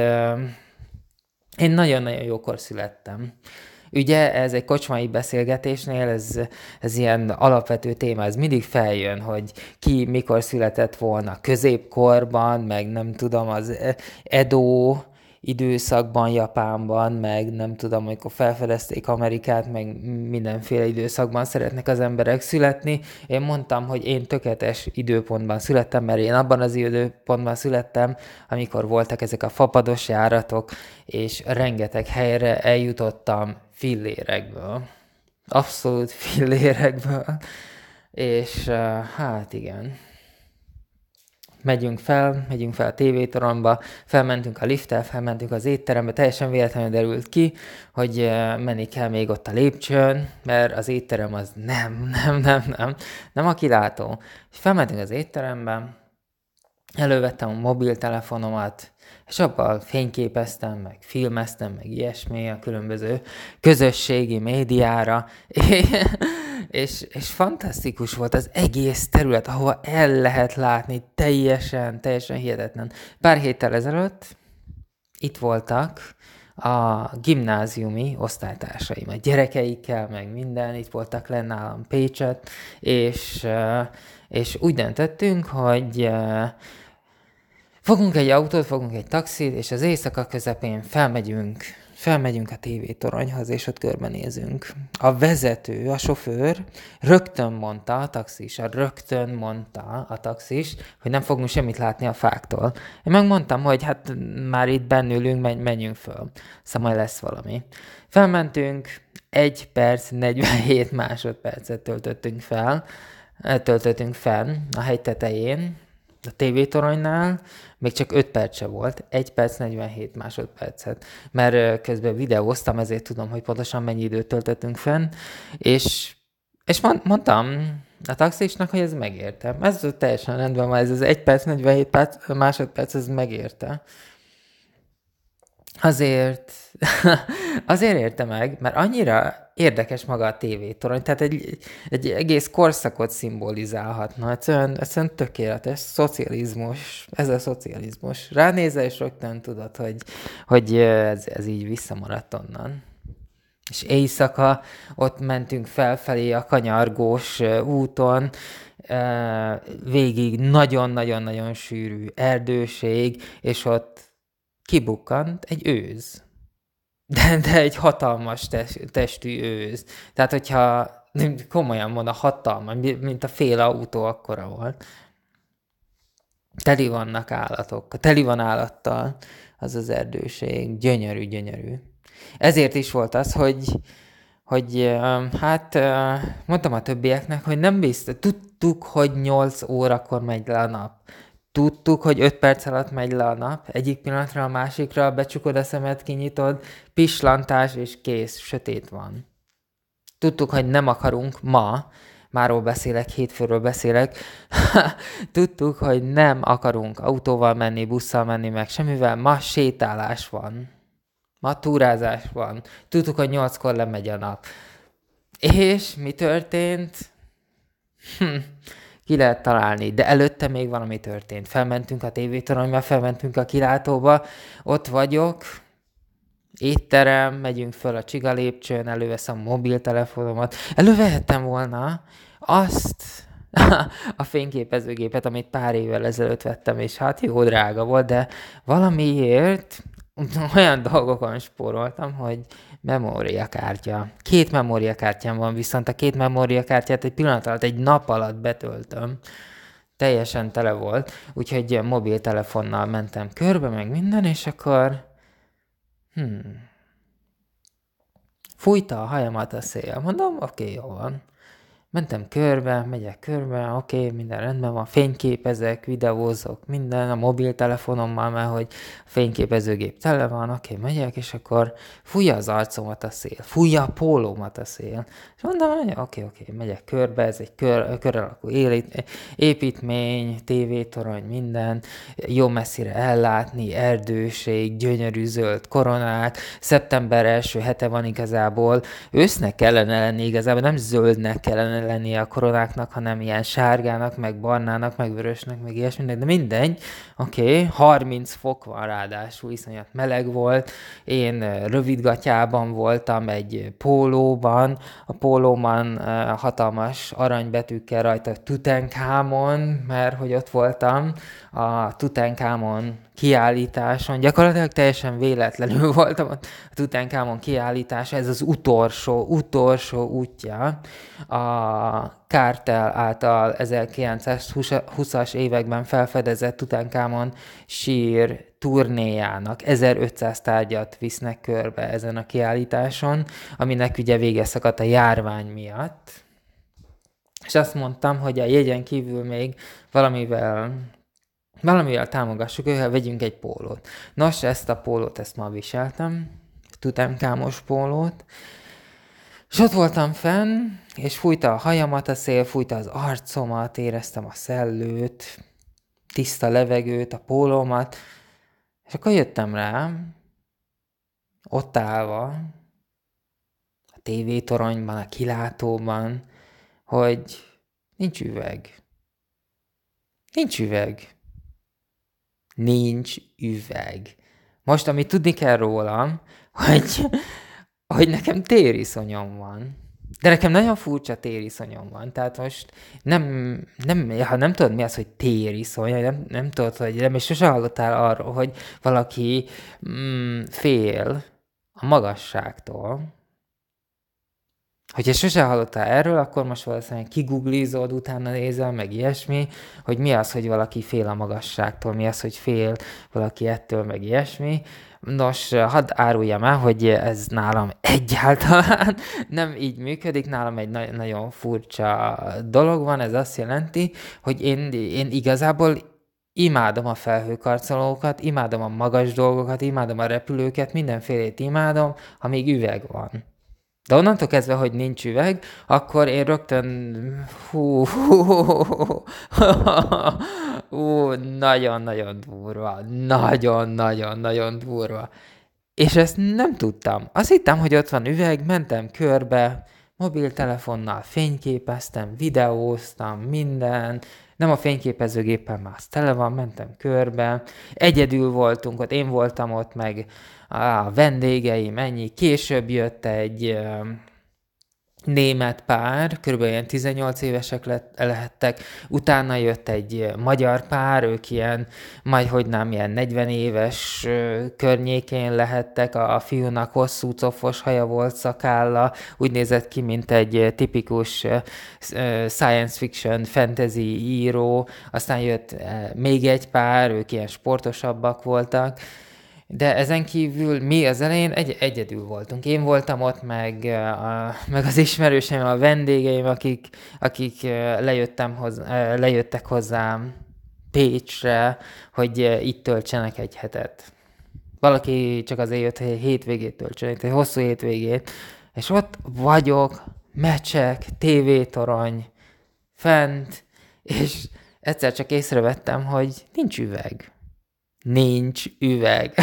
én nagyon-nagyon jókor születtem. Ugye ez egy kocsmai beszélgetésnél, ez, ez ilyen alapvető téma, ez mindig feljön, hogy ki mikor született volna középkorban, meg nem tudom, az Edo időszakban Japánban, meg nem tudom, amikor felfedezték Amerikát, meg mindenféle időszakban szeretnek az emberek születni. Én mondtam, hogy én tökéletes időpontban születtem, mert én abban az időpontban születtem, amikor voltak ezek a fapados járatok, és rengeteg helyre eljutottam fillérekből. Abszolút fillérekből. És uh, hát igen. Megyünk fel, megyünk fel a tévétoronyba, felmentünk a lifttel, felmentünk az étterembe, teljesen véletlenül derült ki, hogy menni kell még ott a lépcsőn, mert az étterem az nem, nem, nem, nem, nem a kilátó. És felmentünk az étterembe, elővettem a mobiltelefonomat, és abban fényképeztem, meg filmeztem, meg ilyesmi a különböző közösségi médiára, és, és fantasztikus volt az egész terület, ahova el lehet látni, teljesen, teljesen hihetetlen. Pár héttel ezelőtt itt voltak a gimnáziumi osztálytársaim, a gyerekeikkel, meg minden, itt voltak lenn nálam Pécset, és, és úgy döntöttünk, hogy fogunk egy autót, fogunk egy taxit, és az éjszaka közepén felmegyünk, felmegyünk a tévétoronyhoz, és ott körbenézünk. A vezető, a sofőr rögtön mondta, a taxis, a rögtön mondta a taxis, hogy nem fogunk semmit látni a fáktól. Én megmondtam, hogy hát már itt bennülünk, menj, menjünk föl. Szóval majd lesz valami. Felmentünk, egy perc, negyvenhét másodpercet töltöttünk fel, töltöttünk fenn a hegy tetején, a tévétoronynál, még csak öt perce volt, egy perc, negyvenhét másodpercet, mert közben videóztam, ezért tudom, hogy pontosan mennyi időt töltöttünk fenn, és, és mondtam a taxisnak, hogy ez megérte. Ez teljesen rendben van, ez az egy perc, negyvenhét perc, másodperc, ez megérte. Azért, azért érte meg, mert annyira érdekes maga a tévétorony, tehát egy, egy egész korszakot szimbolizálhatna. Egyszerűen, egyszerűen tökéletes szocializmus, ez a szocializmus. Ránézel, és rögtön tudod, hogy, hogy ez, ez így visszamaradt onnan. És éjszaka ott mentünk felfelé a kanyargós úton, végig nagyon-nagyon-nagyon sűrű erdőség, és ott kibukkant egy őz. De, de egy hatalmas test, testű őz. Tehát, hogyha komolyan mondom, hatalmas, mint a fél autó akkora volt. Teli vannak állatok, teli van állattal az az erdőség. Gyönyörű, gyönyörű. Ezért is volt az, hogy, hogy hát mondtam a többieknek, hogy nem biztos. Tudtuk, hogy nyolc órakor megy le a nap. Tudtuk, hogy öt perc alatt megy le a nap, egyik pillanatra a másikra, becsukod a szemed, kinyitod, pislantás és kész, sötét van. Tudtuk, hogy nem akarunk ma, máról beszélek, hétfőről beszélek, tudtuk, hogy nem akarunk autóval menni, busszal menni, meg semmivel, ma sétálás van. Ma túrázás van. Tudtuk, hogy nyolckor lemegy a nap. És mi történt? Hm. Ki lehet találni, de előtte még valami történt. Felmentünk a tévétoronyba, felmentünk a kilátóba, ott vagyok, étterem, megyünk föl a csiga lépcsőn, előveszem a mobiltelefonomat. Elővehettem volna azt a fényképezőgépet, amit pár évvel ezelőtt vettem, és hát jó drága volt, de valamiért olyan dolgokon spóroltam, hogy memóriakártya. Két memóriakártyám van, viszont a két memóriakártyát egy pillanat alatt, egy nap alatt betöltöm. Teljesen tele volt, úgyhogy mobiltelefonnal mentem körbe, meg minden, és akkor hmm, fújta a hajamat a szél. Mondom, oké, okay, jó van. Mentem körbe, megyek körbe, oké, okay, minden rendben van, fényképezek, videózok, minden, a mobiltelefonommal, mert hogy a fényképezőgép tele van, oké, okay, megyek, és akkor fújja az arcomat a szél, fújja a pólómat a szél. És mondom, hogy oké, okay, oké, okay, megyek körbe, ez egy kör, kör alakú építmény, tévétorony, minden, jó messzire ellátni, erdőség, gyönyörű zöld koronák, szeptember első hete van igazából, ősznek kellene lenni igazából, nem zöldnek kellene lennie a koronáknak, hanem ilyen sárgának, meg barnának, meg vörösnek, meg ilyesminek, de mindegy, oké, okay, harminc fok van ráadásul, iszonyat meleg volt, én rövidgatjában voltam egy pólóban, a pólóban uh, hatalmas aranybetűkkel rajta Tutankamon, mert hogy ott voltam a Tutankamon kiállításon, gyakorlatilag teljesen véletlenül voltam a Tutankamon kiállítása, ez az utolsó, utolsó útja a Cartel által ezerkilencszázhúszas években felfedezett Tutankamon sír turnéjának. ezerötszáz tárgyat visznek körbe ezen a kiállításon, aminek ugye vége szakadt a járvány miatt. És azt mondtam, hogy a jegyen kívül még valamivel valamivel támogassuk őket, vegyünk egy pólót. Nos, ezt a pólót, ezt ma viseltem, Tutankamos pólót, és ott voltam fenn, és fújta a hajamat a szél, fújta az arcomat, éreztem a szellőt, tiszta levegőt, a pólómat, és akkor jöttem rá, ott állva, a tévétoronyban, a kilátóban, hogy nincs üveg. Nincs üveg. Nincs üveg. Most, amit tudni kell rólam, hogy, hogy nekem tériszonyom van. De nekem nagyon furcsa tériszonyom van. Tehát most nem, nem, ha nem tudod mi az, hogy tériszony, nem, nem tudod, hogy nem, és sose hallottál arról, hogy valaki mm, fél a magasságtól. Hogyha sose hallottál erről, akkor most valószínűleg kiguglizod, utána nézel, meg ilyesmi, hogy mi az, hogy valaki fél a magasságtól, mi az, hogy fél valaki ettől, meg ilyesmi. Nos, hadd áruljam el, hogy ez nálam egyáltalán nem így működik, nálam egy na- nagyon furcsa dolog van, ez azt jelenti, hogy én, én igazából imádom a felhőkarcolókat, imádom a magas dolgokat, imádom a repülőket, mindenfélét imádom, ha még üveg van. De onnantól kezdve, hogy nincs üveg, akkor én rögtön hú, hú, hú, hú, hú, nagyon-nagyon durva, nagyon-nagyon-nagyon durva. És ezt nem tudtam. Azt hittem, hogy ott van üveg, mentem körbe, mobiltelefonnal fényképeztem, videóztam, minden, nem a fényképezőgéppel, már az tele van, mentem körbe, egyedül voltunk ott, én voltam ott, meg a vendégeim, ennyi. Később jött egy uh, német pár, kb. Ilyen tizennyolc évesek lett, lehettek, utána jött egy magyar pár, ők ilyen, majdhogy nem, ilyen negyven éves uh, környékén lehettek, a, a fiúnak hosszú cofos haja volt, szakálla, úgy nézett ki, mint egy tipikus uh, science fiction, fantasy író, aztán jött uh, még egy pár, ők ilyen sportosabbak voltak, de ezen kívül mi az elején egy, egyedül voltunk. Én voltam ott, meg, a, meg az ismerőseim, a vendégeim, akik, akik lejöttem hozzá, lejöttek hozzám Pécsre, hogy itt töltsenek egy hetet. Valaki csak azért jött, hogy hétvégét töltsenek, egy hosszú hétvégét. És ott vagyok, meccsek, tévétorony, fent, és egyszer csak észrevettem, hogy nincs üveg. Nincs üveg.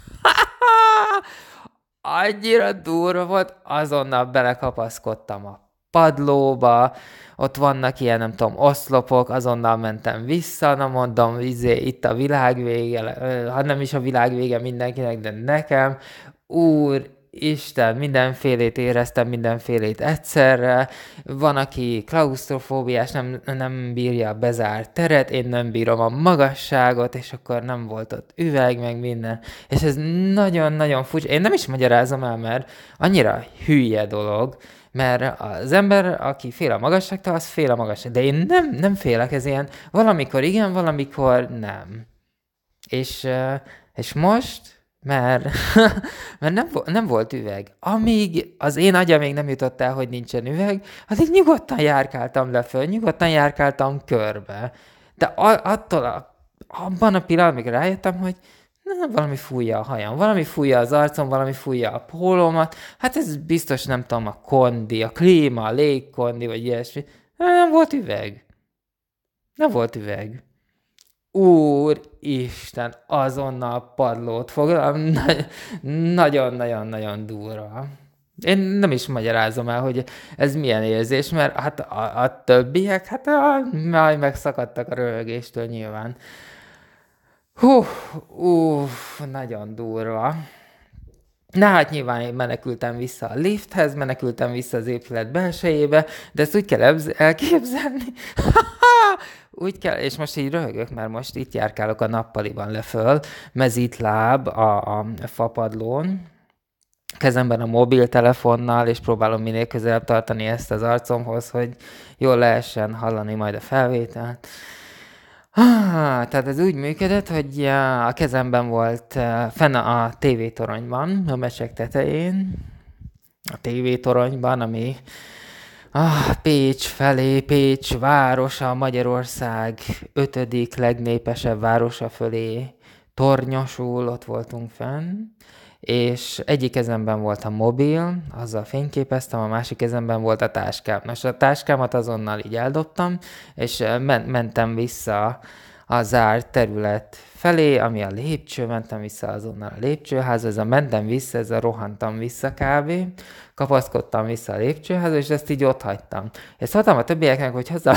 Annyira durva volt, azonnal belekapaszkodtam a padlóba, ott vannak ilyen, nem tudom, oszlopok, azonnal mentem vissza, na mondom, izé, itt a világ vége, ha nem is a világ vége mindenkinek, de nekem, úr, Isten, mindenfélét éreztem, mindenfélét egyszerre. Van, aki klausztrofóbiás, nem, nem bírja a bezárt teret, én nem bírom a magasságot, és akkor nem volt ott üveg, meg minden. És ez nagyon-nagyon furcsa. Én nem is magyarázom el, mert annyira hülye dolog, mert az ember, aki fél a magasságtól, az fél a magasság. De én nem, nem félek, ez ilyen valamikor igen, valamikor nem. És, és most mert, mert nem, vo- nem volt üveg. Amíg az én agyam még nem jutott el, hogy nincsen üveg, addig nyugodtan járkáltam leföl, nyugodtan járkáltam körbe. De a- attól a, abban a pillanatban, amikor rájöttem, hogy na, valami fújja a hajam, valami fújja az arcom, valami fújja a pólómat, hát ez biztos nem tudom, a kondi, a klíma, a légkondi, vagy ilyesmi. Nem volt üveg. Nem volt üveg. Úristen, azonnal padlót foglalom, nagyon-nagyon-nagyon durva. Én nem is magyarázom el, hogy ez milyen érzés, mert hát a, a többiek, hát a, majd megszakadtak a röhögéstől nyilván. Hú, ú, nagyon durva. Na hát nyilván én menekültem vissza a lifthez, menekültem vissza az épület belsejébe, de ezt úgy kell ebz- elképzelni, úgy kell, és most így röhögök, mert most itt járkálok a nappaliban leföl, mezítláb a, a fapadlón, kezemben a mobiltelefonnal, és próbálom minél közelebb tartani ezt az arcomhoz, hogy jól lehessen hallani majd a felvételt. Ah, tehát ez úgy működött, hogy a kezemben volt uh, fenn a tévétoronyban, a mecsek tetején, a tévétoronyban, ami ah, Pécs felé, Pécs városa, Magyarország ötödik legnépesebb városa fölé tornyosul, ott voltunk fenn, és egyik kezemben volt a mobil, azzal fényképeztem, a másik kezemben volt a táskám. Most a táskámat azonnal így eldobtam, és men- mentem vissza a zárt terület felé, ami a lépcső, mentem vissza azonnal a lépcsőházhoz, a mentem vissza, ez a rohantam vissza kb. Kapaszkodtam vissza a lépcsőházhoz, és ezt így ott hagytam. Ezt mondtam a többieknek, hogy hozzá...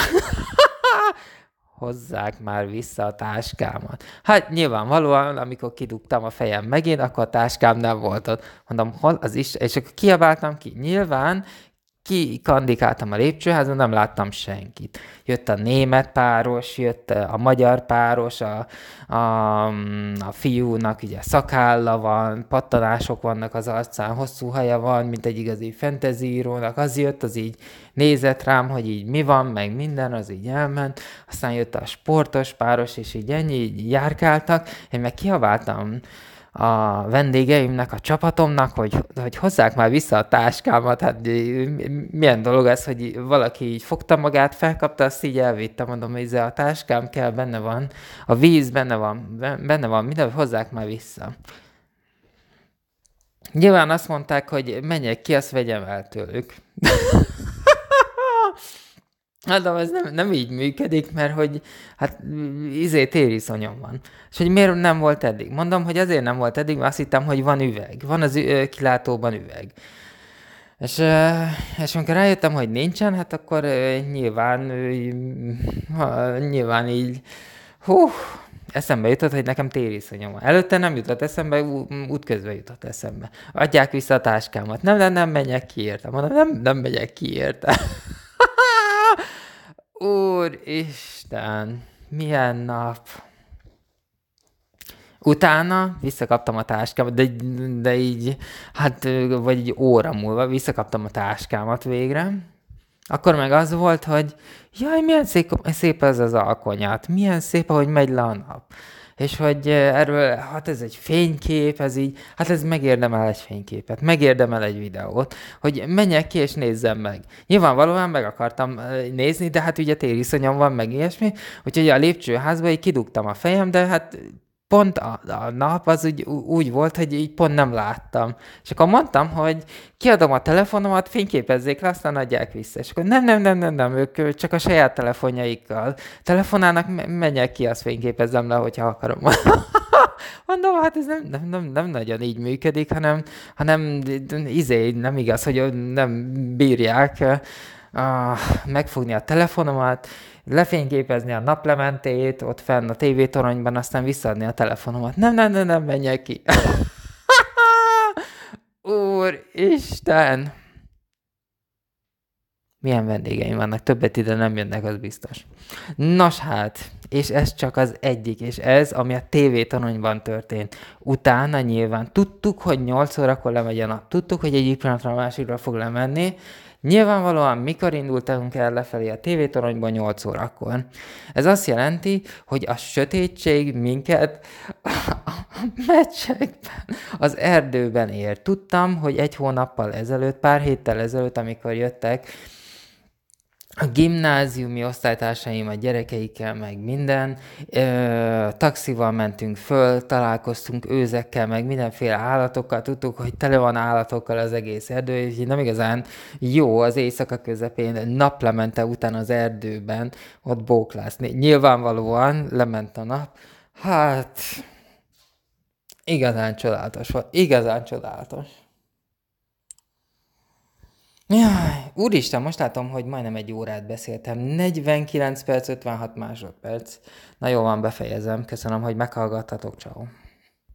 hozzák már vissza a táskámat. Hát nyilvánvalóan, amikor kidugtam a fejem megint, akkor a táskám nem volt ott. Mondom, hol az is, és akkor kiabáltam ki. Nyilván kikandikáltam a lépcsőházon, nem láttam senkit. Jött a német páros, jött a magyar páros, a, a, a fiúnak ugye szakálla van, pattanások vannak az arcán, hosszú haja van, mint egy igazi fentezírónak, az jött, az így nézett rám, hogy így mi van, meg minden, az így elment. Aztán jött a sportos páros, és így ennyi, így járkáltak. Én meg kiabáltam a vendégeimnek, a csapatomnak, hogy, hogy hozzák már vissza a táskámat. Hát milyen dolog ez, hogy valaki így fogta magát, felkapta, azt így elvitte, mondom, hogy ez a táskám kell, benne van, a víz benne van, benne van, minden, hozzák már vissza. Nyilván azt mondták, hogy menjek ki, azt vegyem el tőlük. Hát de ez nem, nem így működik, mert hogy hát izé tériszonyom van. És hogy miért nem volt eddig? Mondom, hogy azért nem volt eddig, mert azt hittem, hogy van üveg. Van az ü- kilátóban üveg. És, és amikor rájöttem, hogy nincsen, hát akkor nyilván, nyilván így, hú, eszembe jutott, hogy nekem tériszonyom van. Előtte nem jutott eszembe, útközben jutott eszembe. Adják vissza a táskámat. Nem, nem, nem menjek ki érte. Mondom, nem, nem megyek ki érte. Úristen, milyen nap. Utána visszakaptam a táskámat, de, de így, hát, vagy egy óra múlva visszakaptam a táskámat végre. Akkor meg az volt, hogy jaj, milyen szép, szép ez az alkonyat, milyen szép, ahogy megy le a nap. És hogy erről, hát ez egy fénykép, ez így, hát ez megérdemel egy fényképet, megérdemel egy videót, hogy menjek ki és nézzem meg. Nyilvánvalóan meg akartam nézni, de hát ugye tériszonyom van, meg ilyesmi, úgyhogy a lépcsőházba így kidugtam a fejem, de hát pont a, a nap az úgy, úgy volt, hogy így pont nem láttam. És akkor mondtam, hogy kiadom a telefonomat, fényképezzék le, aztán adják vissza. És akkor nem, nem, nem, nem, nem, ők csak a saját telefonjaikkal telefonálnak, menjek ki, azt fényképezzem le, hogyha akarom. Mondom, hát ez nem, nem, nem, nem nagyon így működik, hanem, hanem izé, nem igaz, hogy nem bírják uh, megfogni a telefonomat, lefényképezni a naplementét, ott fenn a tévétoronyban, aztán visszaadni a telefonomat. Nem, nem, nem, nem menjek ki. Úristen! Milyen vendégeim vannak, többet ide nem jönnek, az biztos. Nos hát, és ez csak az egyik, és ez, ami a tévétoronyban történt. Utána nyilván tudtuk, hogy nyolc órakor lemegy a nap, tudtuk, hogy egyik pillanatra a másikra fog lemenni. Nyilvánvalóan mikor indultunk el lefelé a tévétoronyban nyolc órakor. Ez azt jelenti, hogy a sötétség minket meccsekben, az erdőben él. Tudtam, hogy egy hónappal ezelőtt, pár héttel ezelőtt, amikor jöttek a gimnáziumi osztálytársaim a gyerekeikkel, meg minden, ö, taxival mentünk föl, találkoztunk őzekkel, meg mindenféle állatokkal, tudtuk, hogy tele van állatokkal az egész erdő, és nem igazán jó az éjszaka közepén, naplemente után az erdőben ott bóklászni. Nyilvánvalóan lement a nap. Hát, igazán csodálatos volt, igazán csodálatos. Jaj, úristen, most látom, hogy majdnem egy órát beszéltem. negyvenkilenc perc, ötvenhat másodperc. Na jó van, befejezem. Köszönöm, hogy meghallgattatok. Ciao.